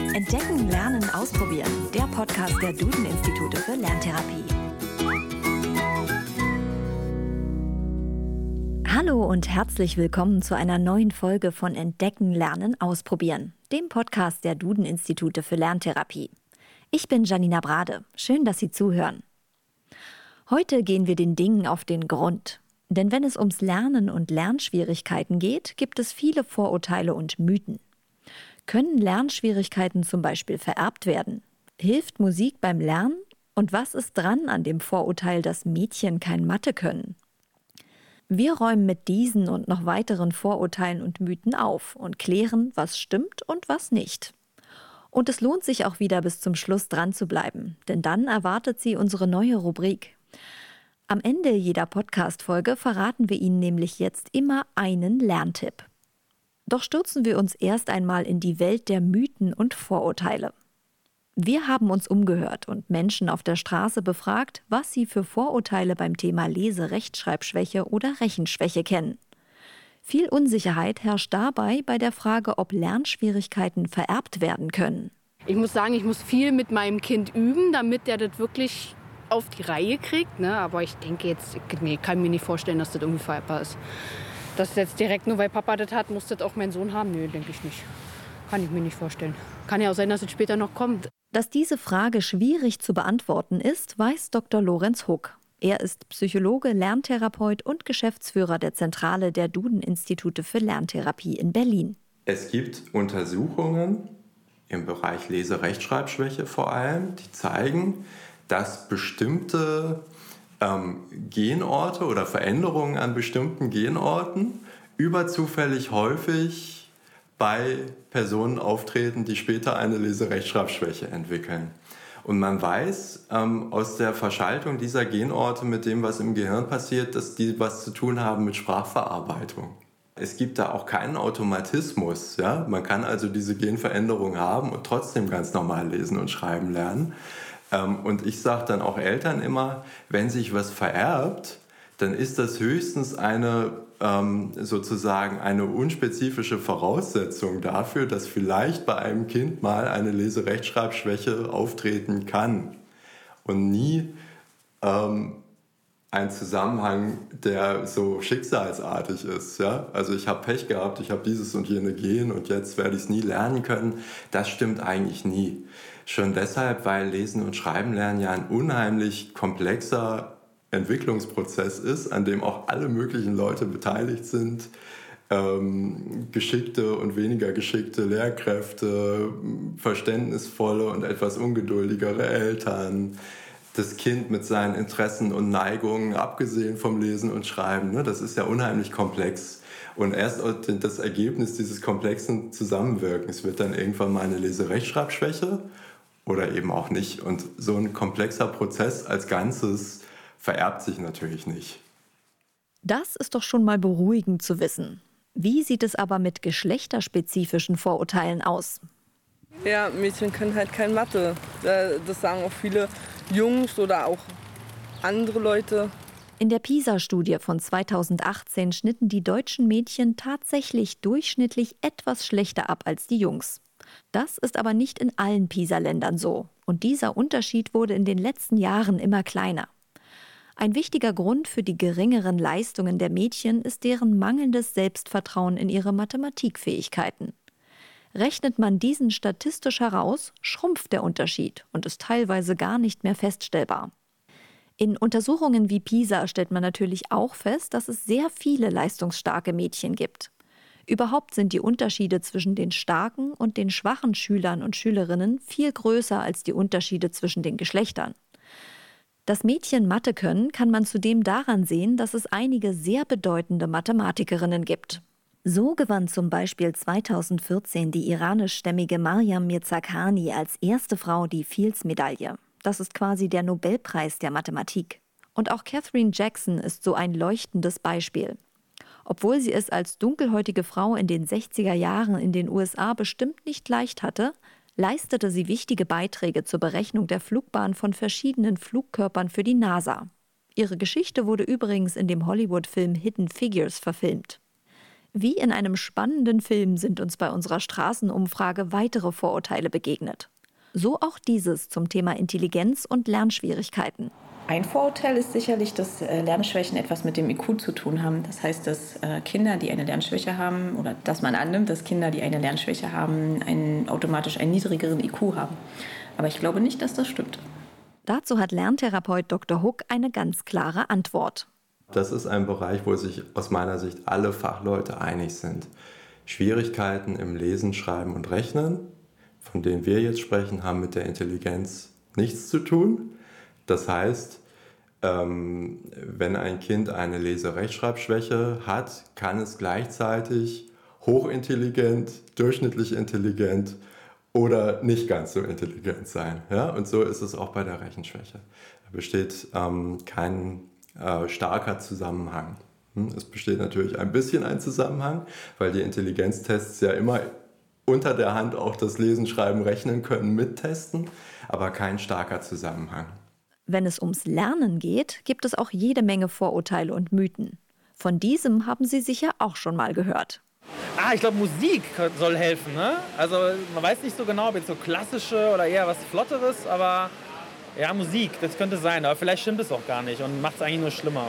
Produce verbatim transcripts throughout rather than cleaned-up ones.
Entdecken, Lernen, Ausprobieren. Der Podcast der Duden-Institute für Lerntherapie. Hallo und herzlich willkommen zu einer neuen Folge von Entdecken, Lernen, Ausprobieren, dem Podcast der Duden-Institute für Lerntherapie. Ich bin Janina Brade. Schön, dass Sie zuhören. Heute gehen wir den Dingen auf den Grund. Denn wenn es ums Lernen und Lernschwierigkeiten geht, gibt es viele Vorurteile und Mythen. Können Lernschwierigkeiten zum Beispiel vererbt werden? Hilft Musik beim Lernen? Und was ist dran an dem Vorurteil, dass Mädchen kein Mathe können? Wir räumen mit diesen und noch weiteren Vorurteilen und Mythen auf und klären, was stimmt und was nicht. Und es lohnt sich auch wieder bis zum Schluss dran zu bleiben, denn dann erwartet Sie unsere neue Rubrik. Am Ende jeder Podcast-Folge verraten wir Ihnen nämlich jetzt immer einen Lerntipp. Doch stürzen wir uns erst einmal in die Welt der Mythen und Vorurteile. Wir haben uns umgehört und Menschen auf der Straße befragt, was sie für Vorurteile beim Thema Lese-Rechtschreibschwäche oder Rechenschwäche kennen. Viel Unsicherheit herrscht dabei bei der Frage, ob Lernschwierigkeiten vererbt werden können. Ich muss sagen, ich muss viel mit meinem Kind üben, damit er das wirklich auf die Reihe kriegt. Ne? Aber ich denke jetzt, nee, ich kann mir nicht vorstellen, dass das irgendwie vererbbar ist. Dass jetzt direkt nur weil Papa das hat, muss das auch mein Sohn haben? Nö, denke ich nicht. Kann ich mir nicht vorstellen. Kann ja auch sein, dass es später noch kommt. Dass diese Frage schwierig zu beantworten ist, weiß Doktor Lorenz Huck. Er ist Psychologe, Lerntherapeut und Geschäftsführer der Zentrale der Duden-Institute für Lerntherapie in Berlin. Es gibt Untersuchungen im Bereich Lese-Rechtschreibschwäche vor allem, die zeigen, dass bestimmte ähm, Genorte oder Veränderungen an bestimmten Genorten überzufällig häufig bei Personen auftreten, die später eine Lese-Rechtschreibschwäche entwickeln. Und man weiß ähm, aus der Verschaltung dieser Genorte mit dem, was im Gehirn passiert, dass die was zu tun haben mit Sprachverarbeitung. Es gibt da auch keinen Automatismus. Ja? Man kann also diese Genveränderung haben und trotzdem ganz normal lesen und schreiben lernen. Ähm, und ich sage dann auch Eltern immer, wenn sich was vererbt, dann ist das höchstens eine ähm, sozusagen eine unspezifische Voraussetzung dafür, dass vielleicht bei einem Kind mal eine Lese-Rechtschreibschwäche auftreten kann und nie ähm, ein Zusammenhang, der so schicksalsartig ist. Ja? Also ich habe Pech gehabt, ich habe dieses und jene Gen und jetzt werde ich es nie lernen können. Das stimmt eigentlich nie. Schon deshalb, weil Lesen und Schreiben lernen ja ein unheimlich komplexer Entwicklungsprozess ist, an dem auch alle möglichen Leute beteiligt sind. Ähm, geschickte und weniger geschickte Lehrkräfte, verständnisvolle und etwas ungeduldigere Eltern, das Kind mit seinen Interessen und Neigungen, abgesehen vom Lesen und Schreiben. Ne? Das ist ja unheimlich komplex. Und erst das Ergebnis dieses komplexen Zusammenwirkens wird dann irgendwann mal eine Lese-Rechtschreibschwäche oder eben auch nicht. Und so ein komplexer Prozess als Ganzes vererbt sich natürlich nicht. Das ist doch schon mal beruhigend zu wissen. Wie sieht es aber mit geschlechterspezifischen Vorurteilen aus? Ja, Mädchen können halt kein Mathe. Das sagen auch viele Jungs oder auch andere Leute. In der PISA-Studie von zweitausendachtzehn schnitten die deutschen Mädchen tatsächlich durchschnittlich etwas schlechter ab als die Jungs. Das ist aber nicht in allen PISA-Ländern so. Und dieser Unterschied wurde in den letzten Jahren immer kleiner. Ein wichtiger Grund für die geringeren Leistungen der Mädchen ist deren mangelndes Selbstvertrauen in ihre Mathematikfähigkeiten. Rechnet man diesen statistisch heraus, schrumpft der Unterschied und ist teilweise gar nicht mehr feststellbar. In Untersuchungen wie PISA stellt man natürlich auch fest, dass es sehr viele leistungsstarke Mädchen gibt. Überhaupt sind die Unterschiede zwischen den starken und den schwachen Schülern und Schülerinnen viel größer als die Unterschiede zwischen den Geschlechtern. Dass Mädchen Mathe können, kann man zudem daran sehen, dass es einige sehr bedeutende Mathematikerinnen gibt. So gewann zum Beispiel zweitausendvierzehn die iranischstämmige Maryam Mirzakhani als erste Frau die Fields-Medaille. Das ist quasi der Nobelpreis der Mathematik. Und auch Katherine Jackson ist so ein leuchtendes Beispiel. Obwohl sie es als dunkelhäutige Frau in den sechziger Jahren in den U S A bestimmt nicht leicht hatte, leistete sie wichtige Beiträge zur Berechnung der Flugbahn von verschiedenen Flugkörpern für die NASA. Ihre Geschichte wurde übrigens in dem Hollywood-Film Hidden Figures verfilmt. Wie in einem spannenden Film sind uns bei unserer Straßenumfrage weitere Vorurteile begegnet. So auch dieses zum Thema Intelligenz und Lernschwierigkeiten. Ein Vorurteil ist sicherlich, dass Lernschwächen etwas mit dem I Q zu tun haben. Das heißt, dass Kinder, die eine Lernschwäche haben, oder dass man annimmt, dass Kinder, die eine Lernschwäche haben, einen, automatisch einen niedrigeren I Q haben. Aber ich glaube nicht, dass das stimmt. Dazu hat Lerntherapeut Doktor Huck eine ganz klare Antwort. Das ist ein Bereich, wo sich aus meiner Sicht alle Fachleute einig sind. Schwierigkeiten im Lesen, Schreiben und Rechnen, von denen wir jetzt sprechen, haben mit der Intelligenz nichts zu tun. Das heißt, ähm, wenn ein Kind eine Lese-Rechtschreibschwäche hat, kann es gleichzeitig hochintelligent, durchschnittlich intelligent oder nicht ganz so intelligent sein. Ja? Und so ist es auch bei der Rechenschwäche. Da besteht ähm, kein äh, starker Zusammenhang. Hm? Es besteht natürlich ein bisschen ein Zusammenhang, weil die Intelligenztests ja immer unter der Hand auch das Lesen, Schreiben, Rechnen können mittesten, aber kein starker Zusammenhang. Wenn es ums Lernen geht, gibt es auch jede Menge Vorurteile und Mythen. Von diesem haben Sie sicher auch schon mal gehört. Ah, ich glaube, Musik soll helfen, ne? Also man weiß nicht so genau, ob jetzt so klassische oder eher was Flotteres, aber ja, Musik, das könnte sein. Aber vielleicht stimmt es auch gar nicht und macht es eigentlich nur schlimmer.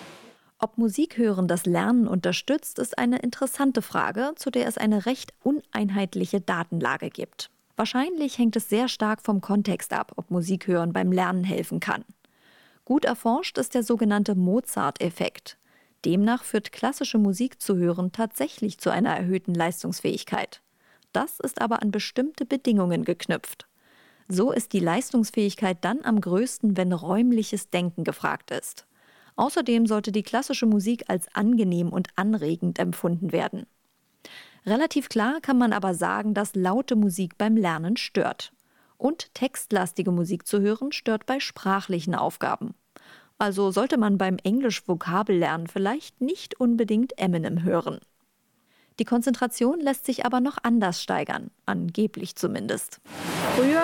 Ob Musik hören das Lernen unterstützt, ist eine interessante Frage, zu der es eine recht uneinheitliche Datenlage gibt. Wahrscheinlich hängt es sehr stark vom Kontext ab, ob Musik hören beim Lernen helfen kann. Gut erforscht ist der sogenannte Mozart-Effekt. Demnach führt klassische Musik zu hören tatsächlich zu einer erhöhten Leistungsfähigkeit. Das ist aber an bestimmte Bedingungen geknüpft. So ist die Leistungsfähigkeit dann am größten, wenn räumliches Denken gefragt ist. Außerdem sollte die klassische Musik als angenehm und anregend empfunden werden. Relativ klar kann man aber sagen, dass laute Musik beim Lernen stört. Und textlastige Musik zu hören stört bei sprachlichen Aufgaben. Also sollte man beim Englisch-Vokabellernen vielleicht nicht unbedingt Eminem hören. Die Konzentration lässt sich aber noch anders steigern, angeblich zumindest. Früher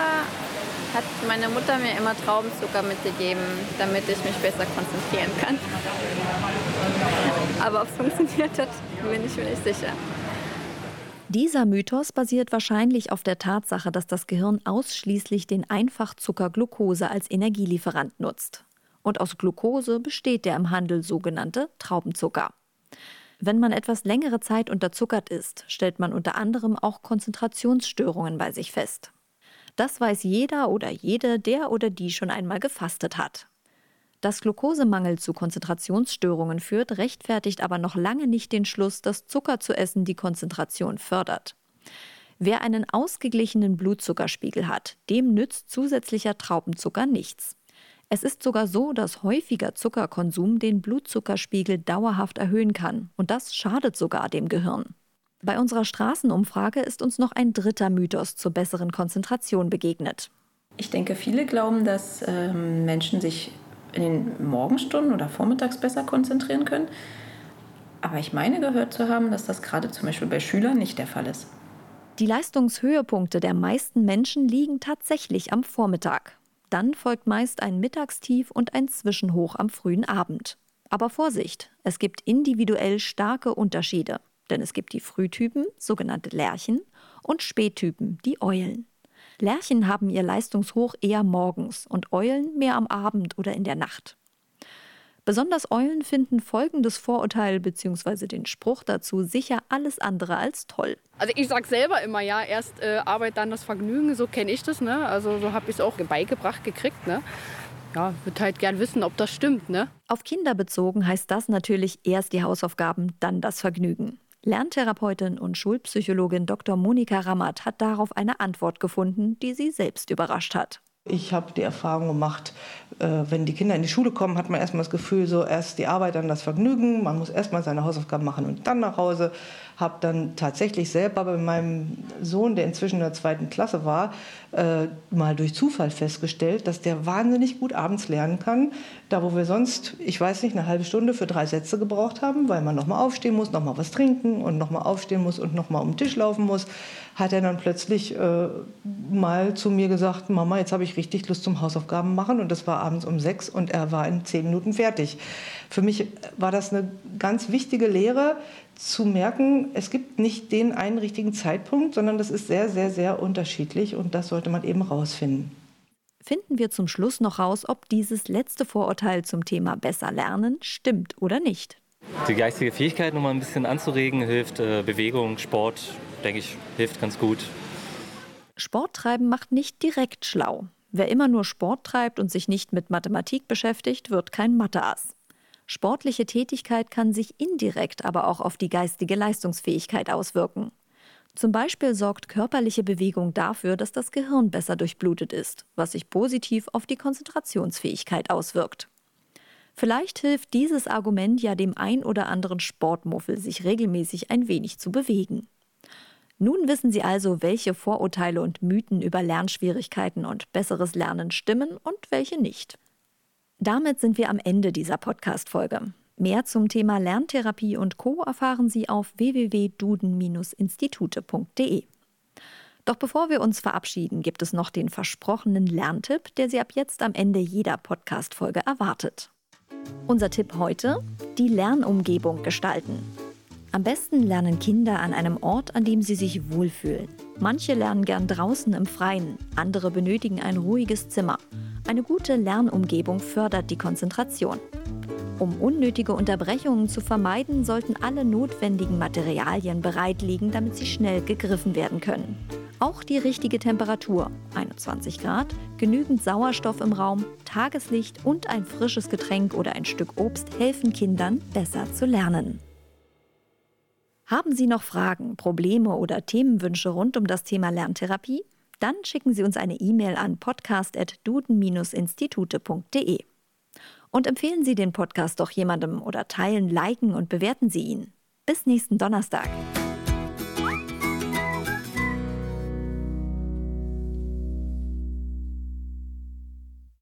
hat meine Mutter mir immer Traubenzucker mitgegeben, damit ich mich besser konzentrieren kann. Aber ob es funktioniert hat, bin ich mir nicht sicher. Dieser Mythos basiert wahrscheinlich auf der Tatsache, dass das Gehirn ausschließlich den Einfachzucker Glucose als Energielieferant nutzt. Und aus Glucose besteht der im Handel sogenannte Traubenzucker. Wenn man etwas längere Zeit unterzuckert ist, stellt man unter anderem auch Konzentrationsstörungen bei sich fest. Das weiß jeder oder jede, der oder die schon einmal gefastet hat. Dass Glukosemangel zu Konzentrationsstörungen führt, rechtfertigt aber noch lange nicht den Schluss, dass Zucker zu essen die Konzentration fördert. Wer einen ausgeglichenen Blutzuckerspiegel hat, dem nützt zusätzlicher Traubenzucker nichts. Es ist sogar so, dass häufiger Zuckerkonsum den Blutzuckerspiegel dauerhaft erhöhen kann. Und das schadet sogar dem Gehirn. Bei unserer Straßenumfrage ist uns noch ein dritter Mythos zur besseren Konzentration begegnet. Ich denke, viele glauben, dass ähm, Menschen sich in den Morgenstunden oder vormittags besser konzentrieren können. Aber ich meine gehört zu haben, dass das gerade zum Beispiel bei Schülern nicht der Fall ist. Die Leistungshöhepunkte der meisten Menschen liegen tatsächlich am Vormittag. Dann folgt meist ein Mittagstief und ein Zwischenhoch am frühen Abend. Aber Vorsicht, es gibt individuell starke Unterschiede. Denn es gibt die Frühtypen, sogenannte Lerchen, und Spättypen, die Eulen. Lerchen haben ihr Leistungshoch eher morgens und Eulen mehr am Abend oder in der Nacht. Besonders Eulen finden folgendes Vorurteil bzw. den Spruch dazu sicher alles andere als toll. Also ich sag selber immer, ja, erst äh, Arbeit, dann das Vergnügen, so kenne ich das, ne? Also so habe ich es auch beigebracht gekriegt, ne? Ja, würde halt gern wissen, ob das stimmt, ne? Auf Kinder bezogen heißt das natürlich erst die Hausaufgaben, dann das Vergnügen. Lerntherapeutin und Schulpsychologin Doktor Monika Rammert hat darauf eine Antwort gefunden, die sie selbst überrascht hat. Ich habe die Erfahrung gemacht, wenn die Kinder in die Schule kommen, hat man erstmal das Gefühl, so erst die Arbeit, dann das Vergnügen. Man muss erstmal seine Hausaufgaben machen und dann nach Hause. Habe dann tatsächlich selber bei meinem Sohn, der inzwischen in der zweiten Klasse war, äh, mal durch Zufall festgestellt, dass der wahnsinnig gut abends lernen kann. Da, wo wir sonst, ich weiß nicht, eine halbe Stunde für drei Sätze gebraucht haben, weil man nochmal aufstehen muss, nochmal was trinken und nochmal aufstehen muss und nochmal um den Tisch laufen muss, hat er dann plötzlich äh, mal zu mir gesagt, Mama, jetzt habe ich richtig Lust zum Hausaufgaben machen. Und das war abends um sechs und er war in zehn Minuten fertig. Für mich war das eine ganz wichtige Lehre, zu merken, es gibt nicht den einen richtigen Zeitpunkt, sondern das ist sehr, sehr, sehr unterschiedlich und das sollte man eben rausfinden. Finden wir zum Schluss noch raus, ob dieses letzte Vorurteil zum Thema besser lernen stimmt oder nicht. Die geistige Fähigkeit noch mal ein bisschen anzuregen hilft. Äh, Bewegung, Sport, denke ich, hilft ganz gut. Sport treiben macht nicht direkt schlau. Wer immer nur Sport treibt und sich nicht mit Mathematik beschäftigt, wird kein Mathe-Ass. Sportliche Tätigkeit kann sich indirekt aber auch auf die geistige Leistungsfähigkeit auswirken. Zum Beispiel sorgt körperliche Bewegung dafür, dass das Gehirn besser durchblutet ist, was sich positiv auf die Konzentrationsfähigkeit auswirkt. Vielleicht hilft dieses Argument ja dem ein oder anderen Sportmuffel, sich regelmäßig ein wenig zu bewegen. Nun wissen Sie also, welche Vorurteile und Mythen über Lernschwierigkeiten und besseres Lernen stimmen und welche nicht. Damit sind wir am Ende dieser Podcast-Folge. Mehr zum Thema Lerntherapie und Co. erfahren Sie auf w w w punkt duden Bindestrich institute punkt de. Doch bevor wir uns verabschieden, gibt es noch den versprochenen Lerntipp, der Sie ab jetzt am Ende jeder Podcast-Folge erwartet. Unser Tipp heute: die Lernumgebung gestalten. Am besten lernen Kinder an einem Ort, an dem sie sich wohlfühlen. Manche lernen gern draußen im Freien, andere benötigen ein ruhiges Zimmer. Eine gute Lernumgebung fördert die Konzentration. Um unnötige Unterbrechungen zu vermeiden, sollten alle notwendigen Materialien bereit liegen, damit sie schnell gegriffen werden können. Auch die richtige Temperatur, einundzwanzig Grad, genügend Sauerstoff im Raum, Tageslicht und ein frisches Getränk oder ein Stück Obst helfen Kindern, besser zu lernen. Haben Sie noch Fragen, Probleme oder Themenwünsche rund um das Thema Lerntherapie? Dann schicken Sie uns eine E-Mail an podcast at duden Bindestrich institute punkt de. Und empfehlen Sie den Podcast doch jemandem oder teilen, liken und bewerten Sie ihn. Bis nächsten Donnerstag.